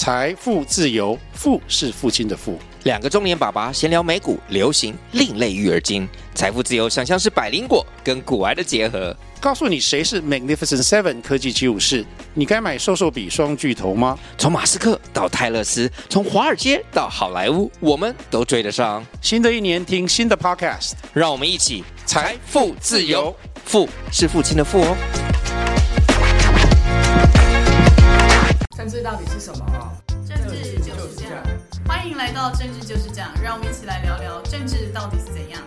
财富自由，富是父亲的富。 两个中年爸爸闲聊美股、流行、另类育儿经。财富自由想象是百灵果跟股癌的结合。 告诉你谁是 Magnificent Seven 科技75世，你该买瘦瘦比双巨头吗？ 从马斯克到泰勒斯，从华尔街到好莱坞，我们都追得上。 新的一年听新的 Podcast， 让我们一起财富自由， 富是父亲的富哦。 政治到底是什么？ 政治就是这样。欢迎来到政治就是这样，让我们一起来聊聊政治到底是怎样。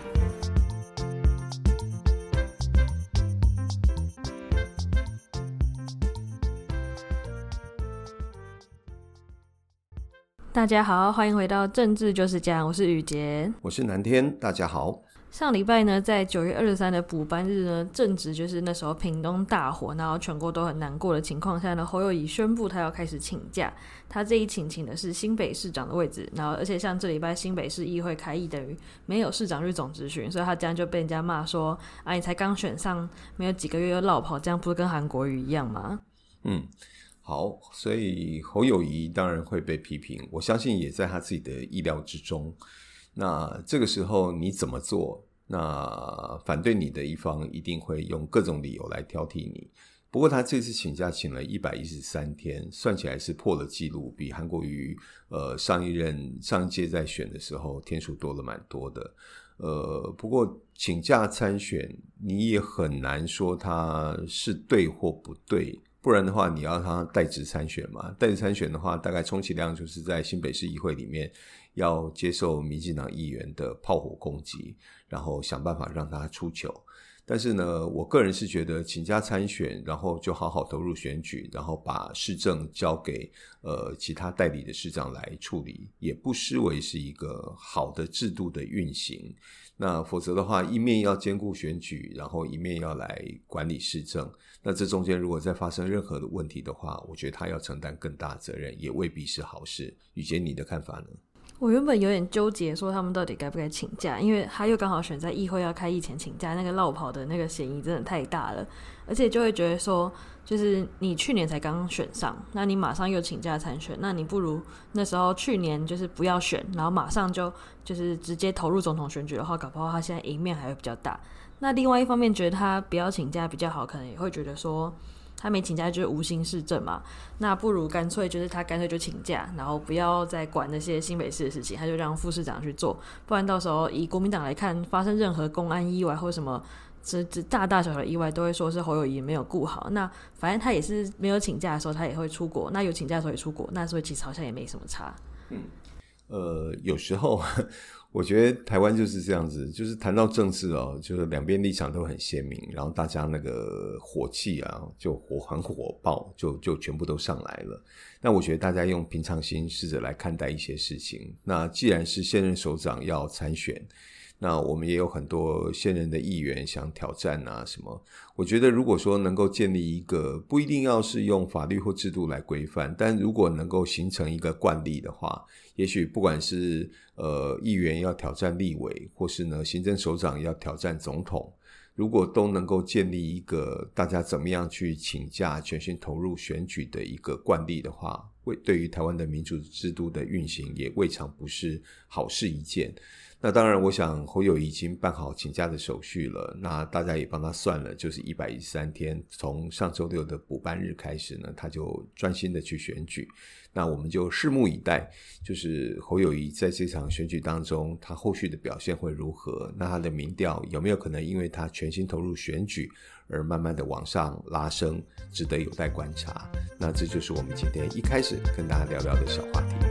大家好，欢迎回到政治就是这样，我是雨洁， 我是南天，大家好。 上礼拜呢，在9月23的补班日呢，正值就是那时候屏东大火，然后全国都很难过的情况下呢，侯友宜宣布他要开始请假。他这一请的是新北市长的位置，然后而且像这礼拜新北市议会开议，等于没有市长日总质询，所以他这样就被人家骂说啊，你才刚选上没有几个月又落跑，这样不是跟韩国瑜一样吗？ 好，所以侯友宜当然会被批评，我相信也在他自己的意料之中。那这个时候你怎么做？那反对你的一方一定会用各种理由来挑剔你。不过他这次请假请了113天，算起来是破了纪录，比韩国瑜上一届在选的时候天数多了蛮多的。不过请假参选，你也很难说他是对或不对。不然的话你要他代职参选嘛，代职参选的话大概充其量就是在新北市议会里面要接受民进党议员的炮火攻击，然后想办法让他出糗。但是呢，我个人是觉得请假参选，然后就好好投入选举，然后把市政交给其他代理的市长来处理，也不失为是一个好的制度的运行。那否则的话，一面要兼顾选举，然后一面要来管理市政，那这中间如果再发生任何的问题的话，我觉得他要承担更大的责任，也未必是好事。雨洁，你的看法呢？ 我原本有点纠结说他们到底该不该请假，因为他又刚好选在议会要开议前请假，那个落跑的那个嫌疑真的太大了，而且就会觉得说就是你去年才刚选上，那你马上又请假参选，那你不如那时候去年就是不要选，然后马上就是直接投入总统选举的话，搞不好他现在赢面还会比较大。那另外一方面觉得他不要请假比较好，可能也会觉得说他没请假就是无心市政嘛，那不如干脆就是他干脆就请假，然后不要再管那些新北市的事情，他就让副市长去做，不然到时候以国民党来看，发生任何公安意外或什么大大小小的意外都会说是侯友宜没有顾好，那反正他也是没有请假的时候他也会出国，那有请假的时候也出国，那所以其实好像也没什么差。 有时候我觉得台湾就是这样子，就是谈到政治就是两边立场都很鲜明，然后大家那个火气就很火爆，就全部都上来了。那我觉得大家用平常心试着来看待一些事情。那既然是现任首长要参选，那我们也有很多现任的议员想挑战什么。我觉得如果说能够建立一个不一定要是用法律或制度来规范，但如果能够形成一个惯例的话，也许不管是议员要挑战立委，或是呢行政首长要挑战总统，如果都能够建立一个大家怎么样去请假全心投入选举的一个惯例的话，对于台湾的民主制度的运行也未尝不是好事一件。那当然我想侯友宜已经办好请假的手续了，那大家也帮他算了，就是113天，从上周六的补班日开始呢，他就专心的去选举。那我们就拭目以待，就是侯友宜在这场选举当中他后续的表现会如何，那他的民调有没有可能因为他全心投入选举而慢慢的往上拉升，值得有待观察。那这就是我们今天一开始跟大家聊聊的小话题。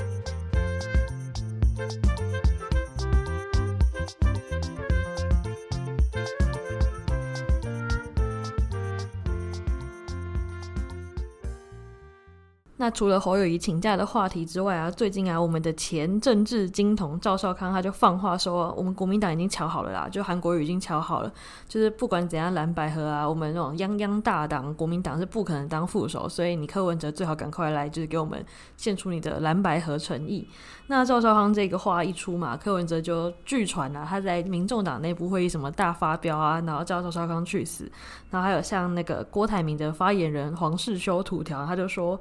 那除了侯友宜请假的话题之外最近我们的前政治金童赵少康他就放话说我们国民党已经瞧好了啦，就韩国瑜已经瞧好了，就是不管怎样蓝白合我们那种泱泱大党国民党是不可能当副手，所以你柯文哲最好赶快来，就是给我们献出你的蓝白合诚意。那赵少康这个话一出嘛，柯文哲就据传他在民众党内部会议什么大发飙然后叫赵少康去死。然后还有像那个郭台铭的发言人黄世修吐条，他就说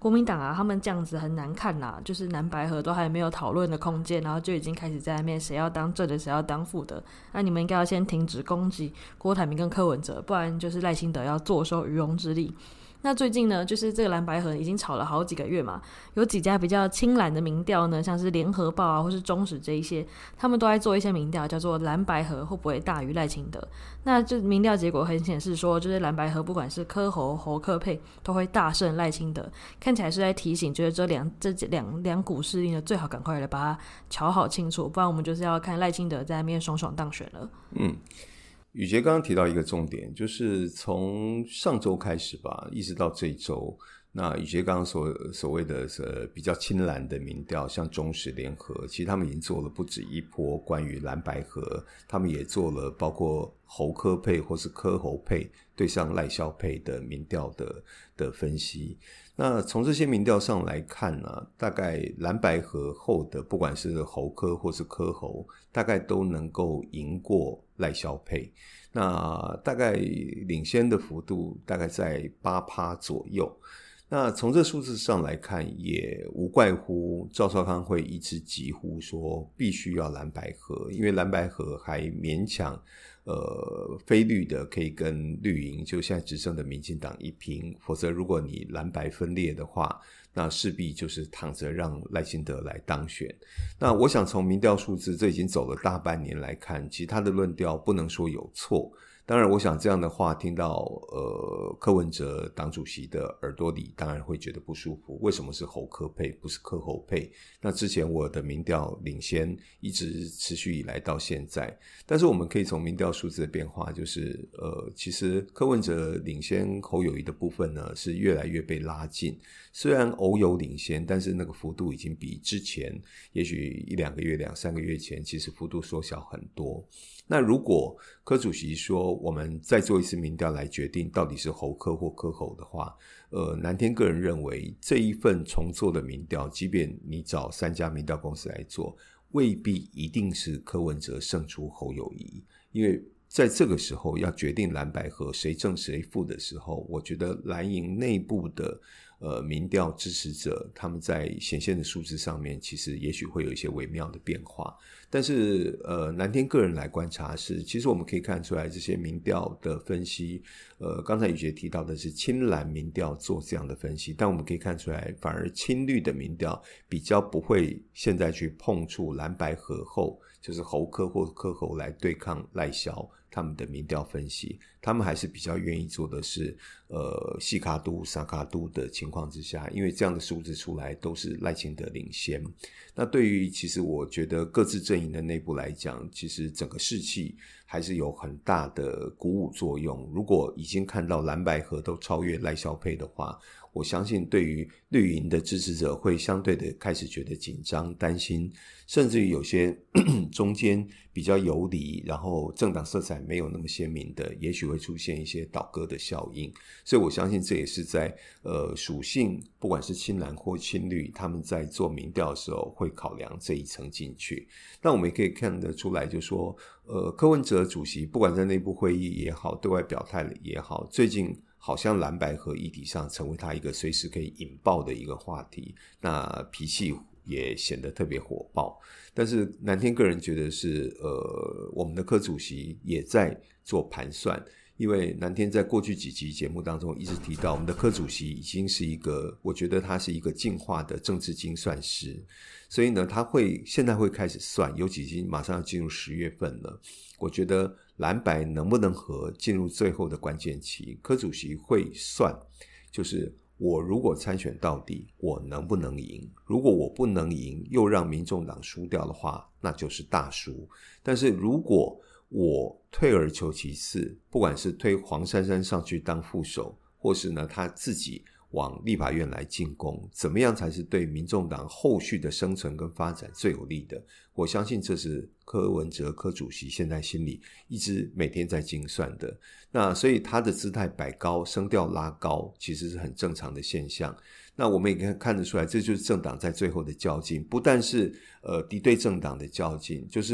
国民党啊，他们这样子很难看啦，就是蓝白合都还没有讨论的空间，然后就已经开始在那边谁要当正的，谁要当副的。那你们应该要先停止攻击郭台铭跟柯文哲，不然就是赖清德要坐收渔翁之利。那最近呢，就是这个蓝白合已经吵了好几个月嘛，有几家比较亲蓝的民调呢，像是联合报啊或是中时这一些，他们都在做一些民调，叫做蓝白合会不会大于赖清德。那就民调结果很显示说，就是蓝白合不管是柯侯侯柯配都会大胜赖清德，看起来是在提醒，就是这两股势力呢，最好赶快来把它瞧好清楚，不然我们就是要看赖清德在那边爽爽当选了。 宇杰刚刚提到一个重点，就是从上周开始吧，一直到这一周，那宇杰刚刚所谓的比较亲蓝的民调，像中时联合，其实他们已经做了不止一波关于蓝白合，他们也做了包括侯柯配或是柯侯配对上赖萧配的民调的分析。那从这些民调上来看呢，大概蓝白合后的不管是侯柯或是柯侯，大概都能够赢过赖萧配，那大概领先的幅度大概在 8% 左右。那从这数字上来看，也无怪乎赵少康会一直疾呼说必须要蓝白合，因为蓝白合还勉强非绿的可以跟绿营就现在执政的民进党一拼，否则如果你蓝白分裂的话，那势必就是躺着让赖清德来当选。那我想从民调数字这已经走了大半年来看，其实他的论调不能说有错。当然我想这样的话听到柯文哲党主席的耳朵里当然会觉得不舒服，为什么是侯柯配不是柯侯配？那之前我的民调领先一直持续以来到现在，但是我们可以从民调数字的变化，就是其实柯文哲领先侯友宜的部分呢是越来越被拉近，虽然偶有领先，但是那个幅度已经比之前也许1-2个月2-3个月前其实幅度缩小很多。那如果柯主席说我们再做一次民调来决定到底是侯柯或柯侯的话，南天个人认为这一份重做的民调，即便你找3家民调公司来做，未必一定是柯文哲胜出侯友宜，因为在这个时候要决定蓝白合谁正谁负的时候，我觉得蓝营内部的民调支持者他们在显现的数字上面其实也许会有一些微妙的变化。但是南天个人来观察是，其实我们可以看出来这些民调的分析，刚才宇杰提到的是亲蓝民调做这样的分析，但我们可以看出来反而亲绿的民调比较不会现在去碰触蓝白合后就是侯柯或柯侯来对抗赖萧他们的民调分析，他们还是比较愿意做的是细卡都沙卡都的情况之下，因为这样的数字出来都是赖清德领先。那对于其实我觉得各自阵营的内部来讲，其实整个士气还是有很大的鼓舞作用。如果已经看到蓝白合都超越赖萧配的话，我相信对于绿营的支持者会相对的开始觉得紧张担心，甚至于有些中间比较游离然后政党色彩没有那么鲜明的，也许会出现一些倒戈的效应。所以我相信这也是在属性不管是亲蓝或亲绿，他们在做民调的时候会考量这一层进去。那我们也可以看得出来，就说柯文哲主席不管在内部会议也好，对外表态也好，最近好像蓝白合议题上成为他一个随时可以引爆的一个话题，那脾气也显得特别火爆。但是南天个人觉得是我们的柯主席也在做盘算，因为南天在过去几集节目当中一直提到我们的柯主席已经是一个，我觉得他是一个进化的政治精算师，所以呢他现在会开始算，尤其已经马上要进入10月份了，我觉得蓝白能不能合进入最后的关键期，柯主席会算，就是我如果参选到底我能不能赢，如果我不能赢又让民众党输掉的话，那就是大输。但是如果我退而求其次，不管是推黄珊珊上去当副手，或是呢他自己往立法院来进攻，怎么样才是对民众党后续的生存跟发展最有利的，我相信这是柯文哲柯主席现在心里一直每天在精算的。那所以他的姿态摆高，声调拉高，其实是很正常的现象。那我们也看得出来，这就是政党在最后的较劲，不但是敌对政党的较劲，就是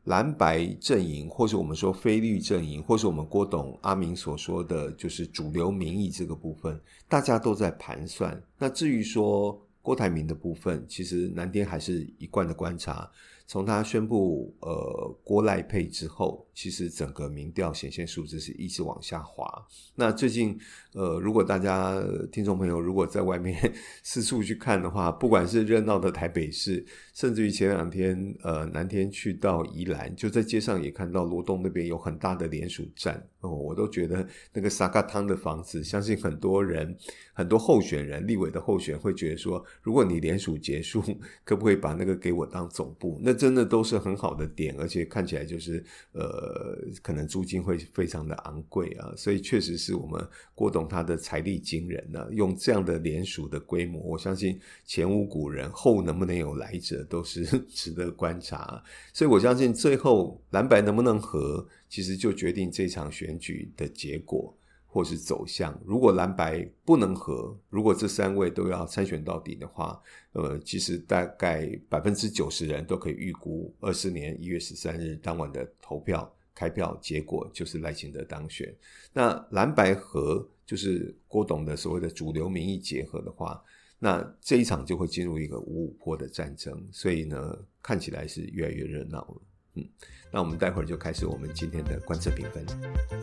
蓝白阵营，或是我们说非绿阵营，或是我们郭董阿明所说的就是主流民意这个部分，大家都在盘算。那至于说郭台铭的部分，其实南天还是一贯的观察，从他宣布郭赖配之后，其实整个民调显现数字是一直往下滑。那最近如果大家听众朋友如果在外面四处去看的话，不管是热闹的台北市，甚至于前两天南天去到宜兰，就在街上也看到罗东那边有很大的联署站我都觉得那个沙嘎汤的房子，相信很多人很多候选人立委的候选会觉得说，如果你联署结束，可不可以把那个给我当总部，那真的都是很好的点，而且看起来就是可能租金会非常的昂贵啊，所以确实是我们郭董他的财力惊人啊，用这样的联署的规模，我相信前无古人后能不能有来者都是值得观察，所以我相信最后蓝白能不能合，其实就决定这场选举的结果或是走向。如果蓝白不能合，如果这三位都要参选到底的话，其实大概 90% 人都可以预估24年1月13日当晚的投票开票结果就是赖清德当选。那蓝白合就是郭董的所谓的主流民意结合的话，那这一场就会进入一个五五波的战争，所以呢看起来是越来越热闹了。那我们待会儿就开始我们今天的观测评分。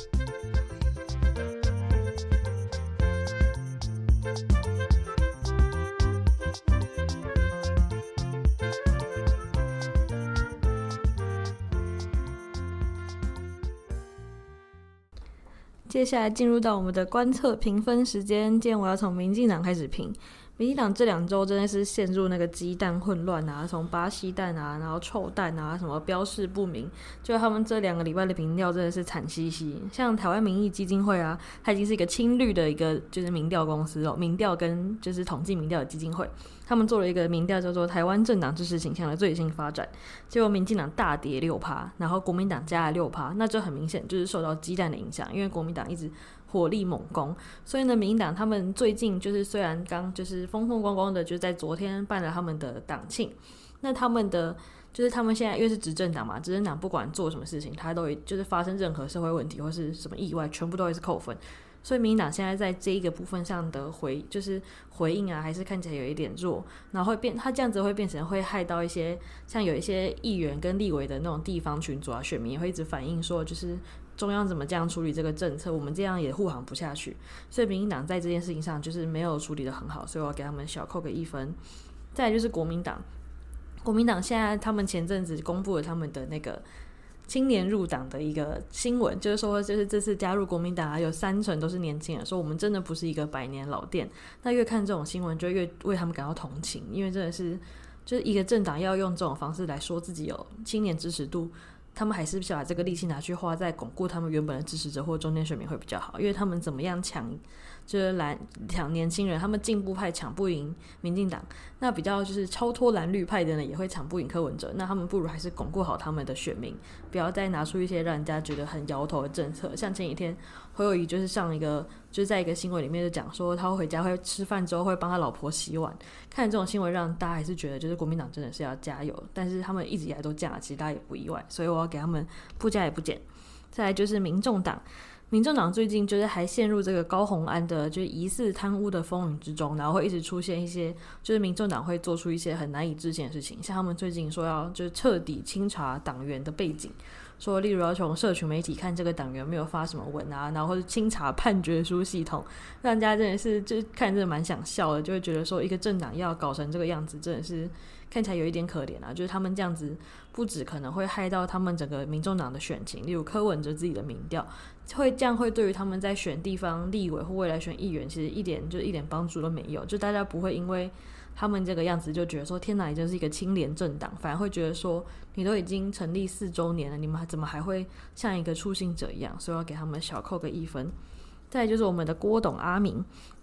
接下来进入到我们的观测评分时间，今天我要从民进党开始评。民进党这2周真的是陷入那个鸡蛋混乱啊，从巴西蛋啊，然后臭蛋啊，什么标示不明，就他们这2个礼拜的民调真的是惨兮兮。像台湾民意基金会啊，它已经是一个亲绿的一个就是民调公司民调跟就是统计民调的基金会，他们做了一个民调叫做台湾政党支持倾向的最新发展，结果民进党大跌 6%， 然后国民党加了 6%， 那就很明显就是受到鸡蛋的影响，因为国民党一直火力猛攻，所以呢民进党他们最近就是虽然刚就是风风光光的就在昨天办了他们的党庆，那他们的就是他们现在因为是执政党嘛，执政党不管做什么事情，他都就是发生任何社会问题或是什么意外，全部都会是扣分，所以民进党现在在这一个部分上的就是回应啊，还是看起来有一点弱，然后他这样子会变成会害到一些像有一些议员跟立委的那种地方群组啊，选民也会一直反映说就是中央怎么这样处理这个政策，我们这样也护航不下去，所以民进党在这件事情上就是没有处理得很好，所以我要给他们小扣个1分。再来就是国民党现在他们前阵子公布了他们的那个青年入党的一个新闻，就是说就是这次加入国民党啊，有30%都是年轻人，说我们真的不是一个100年老店。那越看这种新闻就越为他们感到同情，因为真的是就是一个政党要用这种方式来说自己有青年支持度，他们还是想把这个力气拿去花在巩固他们原本的支持者或中间选民会比较好，因为他们怎么样就是抢年轻人，他们进步派抢不赢民进党，那比较就是超脱蓝绿派的人也会抢不赢柯文哲，那他们不如还是巩固好他们的选民，不要再拿出一些让人家觉得很摇头的政策。像前几天侯友宜就是就是在一个新闻里面就讲说他回家会吃饭之后会帮他老婆洗碗，看这种新闻让大家还是觉得就是国民党真的是要加油，但是他们一直以来都这样，其实大家也不意外，所以我要给他们不加也不减。再来就是民众党最近就是还陷入这个高虹安的就是疑似贪污的风云之中，然后会一直出现一些就是民众党会做出一些很难以置信的事情，像他们最近说要就是彻底清查党员的背景，说例如要从社群媒体看这个党员没有发什么文啊，然后或者清查判决书系统，让人家真的是就是看真的蛮想笑的，就会觉得说一个政党要搞成这个样子真的是看起来有一点可怜啊，就是他们这样子不止可能会害到他们整个民众党的选情，例如柯文哲自己的民调，这样会对于他们在选地方立委或未来选议员其实一点帮助都没有，就大家不会因为他们这个样子就觉得说天哪你真是一个清廉政党，反而会觉得说你都已经成立4周年了，你们怎么还会像一个初心者一样，所以要给他们小扣个1分。再来就是我们的郭董阿明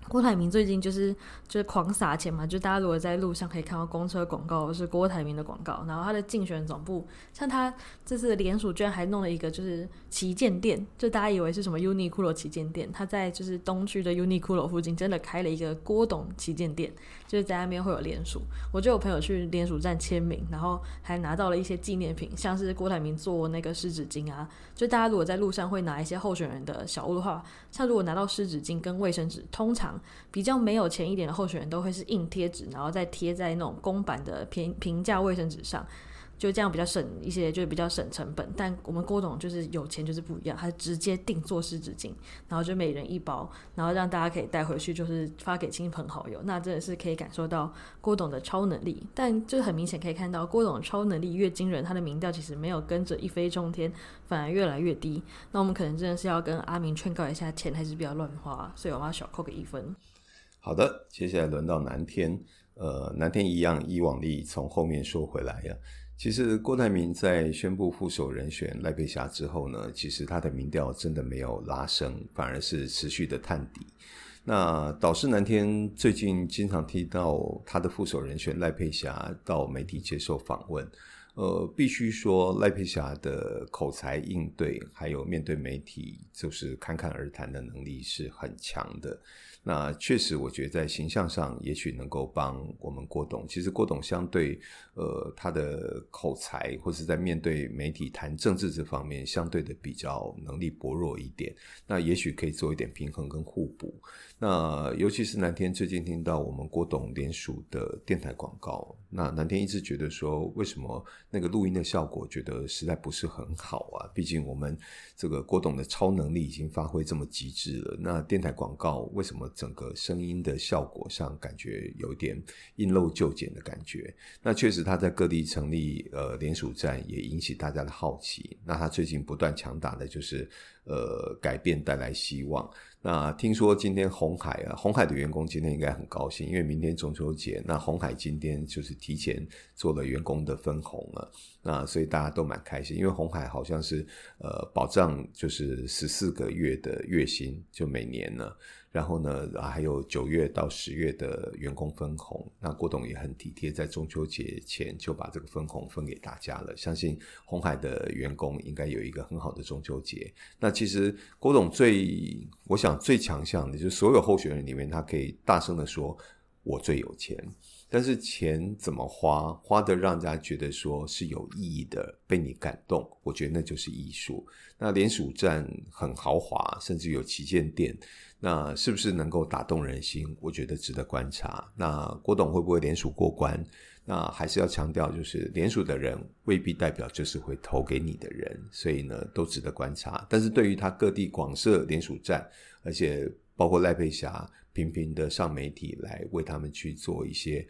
郭台铭最近就是狂撒钱嘛，就大家如果在路上可以看到公车广告是郭台铭的广告，然后他的竞选总部，像他这次的联署居然还弄了一个就是旗舰店，就大家以为是什么 Uniqlo 旗舰店，他在就是东区的 Uniqlo 附近真的开了一个郭董旗舰店，就是在那边会有联署，我就有朋友去联署站签名，然后还拿到了一些纪念品，像是郭台铭做那个湿纸巾啊，就大家如果在路上会拿一些候选人的小物的话，像如果拿到湿纸巾跟卫生纸，通常比较没有钱一点的候选人都会是印贴纸，然后再贴在那种公版的平价卫生纸上，就这样比较省一些，就是比较省成本。但我们郭董就是有钱就是不一样，他直接定做湿纸巾，然后就每人一包，然后让大家可以带回去，就是发给亲朋好友。那真的是可以感受到郭董的超能力，但就是很明显可以看到郭董的超能力越惊人，他的民调其实没有跟着一飞冲天，反而越来越低。那我们可能真的是要跟阿明劝告一下，钱还是不要乱花，所以我们要小扣个1分。 好的，接下来轮到南天。南天一样依往例从后面说回来呀。其实郭台铭在宣布副手人选赖佩霞之后呢，其实他的民调真的没有拉升，反而是持续的探底。那导师南天最近经常提到他的副手人选赖佩霞到媒体接受访问，必须说赖佩霞的口才应对还有面对媒体就是侃侃而谈的能力是很强的。那确实我觉得在形象上也许能够帮我们郭董，其实郭董相对他的口才或是在面对媒体谈政治这方面相对的比较能力薄弱一点，那也许可以做一点平衡跟互补。那尤其是南天最近听到我们郭董联署的电台广告，那南天一直觉得说为什么那个录音的效果觉得实在不是很好啊，毕竟我们这个郭董的超能力已经发挥这么极致了，那电台广告为什么整个声音的效果上感觉有点因陋就简的感觉。那确实他在各地成立联署站也引起大家的好奇，那他最近不断强打的就是改变带来希望。那听说今天鸿海的员工今天应该很高兴，因为明天中秋节，那鸿海今天就是提前做了员工的分红了，那所以大家都蛮开心，因为鸿海好像是保障就是14个月的月薪，就每年呢，然后呢还有9月到10月的员工分红，那郭董也很体贴，在中秋节前就把这个分红分给大家了，相信鸿海的员工应该有一个很好的中秋节。那其实郭董我想最强项的就是所有候选人里面他可以大声的说我最有钱，但是钱怎么花得让人家觉得说是有意义的，被你感动，我觉得那就是艺术。那联署站很豪华，甚至有旗舰店，那是不是能够打动人心，我觉得值得观察。那郭董会不会联署过关，那还是要强调就是联署的人未必代表就是会投给你的人，所以呢都值得观察。但是对于他各地广设联署站，而且包括赖佩霞频频的上媒体来为他们去做一些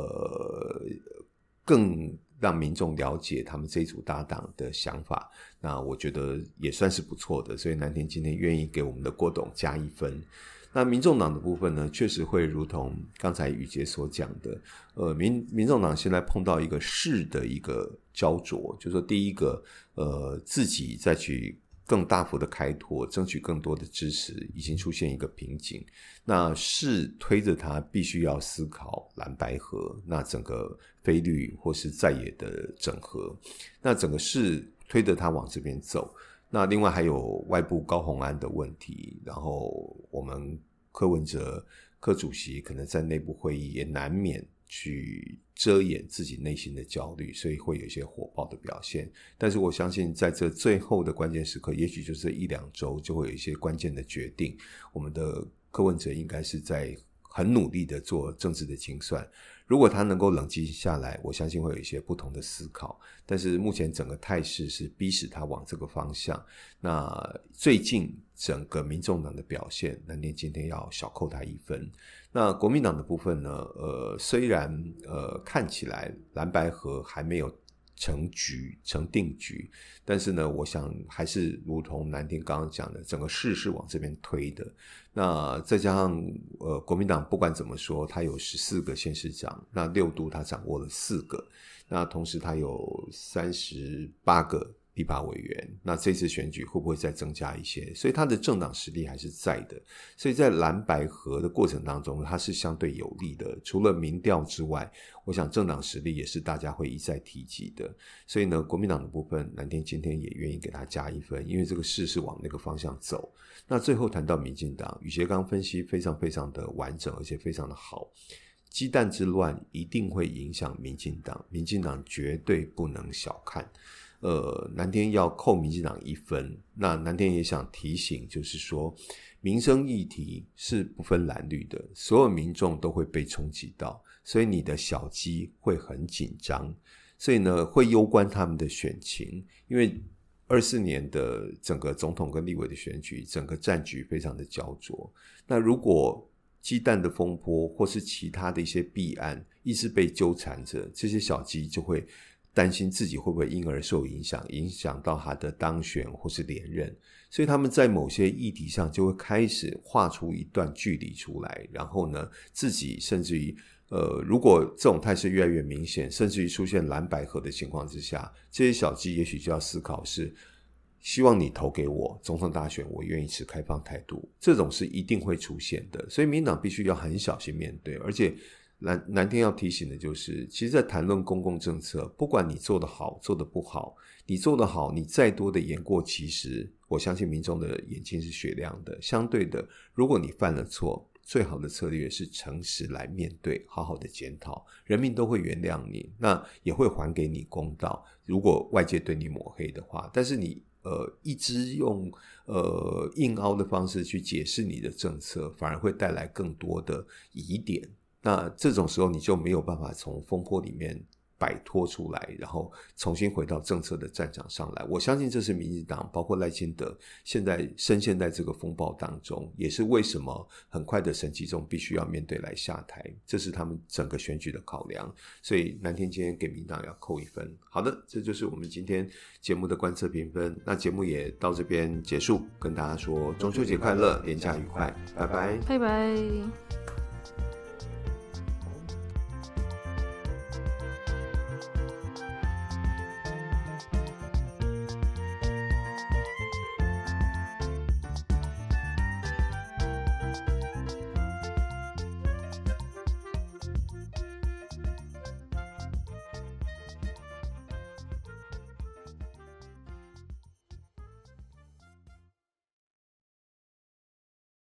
更让民众了解他们这一组搭档的想法，那我觉得也算是不错的，所以南天今天愿意给我们的郭董加1分。那民众党的部分呢，确实会如同刚才宇杰所讲的，民众党现在碰到一个势的一个焦灼，就是说第一个自己再去更大幅的开拓，争取更多的支持，已经出现一个瓶颈。那势推着他必须要思考蓝白合，那整个非绿或是在野的整合，那整个势推着他往这边走。那另外还有外部高虹安的问题，然后我们柯文哲柯主席可能在内部会议也难免去遮掩自己内心的焦虑，所以会有一些火爆的表现。但是我相信在这最后的关键时刻，也许就是1-2周就会有一些关键的决定，我们的柯文哲应该是在很努力的做政治的精算，如果他能够冷静下来，我相信会有一些不同的思考。但是目前整个态势是逼使他往这个方向。那最近整个民众党的表现，南天今天要小扣他1分。那国民党的部分呢，虽然看起来蓝白合还没有成定局，但是呢我想还是如同南天刚刚讲的，整个势是往这边推的。那再加上国民党不管怎么说，他有14个县市长，那6都他掌握了4个，那同时他有38个立法委员，那这次选举会不会再增加一些？所以他的政党实力还是在的，所以在蓝白合的过程当中，它是相对有利的。除了民调之外，我想政党实力也是大家会一再提及的。所以呢，国民党的部分，蓝天今天也愿意给他加1分，因为这个事是往那个方向走。那最后谈到民进党，宇杰刚分析非常非常的完整，而且非常的好。鸡蛋之乱一定会影响民进党，民进党绝对不能小看。南天要扣民进党1分，那南天也想提醒，就是说民生议题是不分蓝绿的，所有民众都会被冲击到，所以你的小鸡会很紧张，所以呢会攸关他们的选情，因为24年的整个总统跟立委的选举，整个战局非常的焦灼。那如果鸡蛋的风波或是其他的一些弊案一直被纠缠着，这些小鸡就会担心自己会不会因而受影响，影响到他的当选或是连任，所以他们在某些议题上就会开始画出一段距离出来，然后呢自己甚至于如果这种态势越来越明显，甚至于出现蓝白合的情况之下，这些小鸡也许就要思考是希望你投给我，总统大选我愿意持开放态度，这种是一定会出现的，所以民进党必须要很小心面对。而且蓝天要提醒的就是，其实在谈论公共政策，不管你做得好做得不好，你做得好你再多的言过其实，我相信民众的眼睛是雪亮的。相对的，如果你犯了错，最好的策略是诚实来面对，好好的检讨，人民都会原谅你，那也会还给你公道，如果外界对你抹黑的话。但是你一直用硬凹的方式去解释你的政策，反而会带来更多的疑点，那这种时候你就没有办法从风波里面摆脱出来，然后重新回到政策的战场上来。我相信这是民进党包括赖清德现在深陷在这个风暴当中，也是为什么很快的沈启宗必须要面对来下台，这是他们整个选举的考量。所以南天今天给民进党要扣1分。好的，这就是我们今天节目的观测评分。那节目也到这边结束，跟大家说中秋节快乐，连假愉快，拜拜， 拜拜。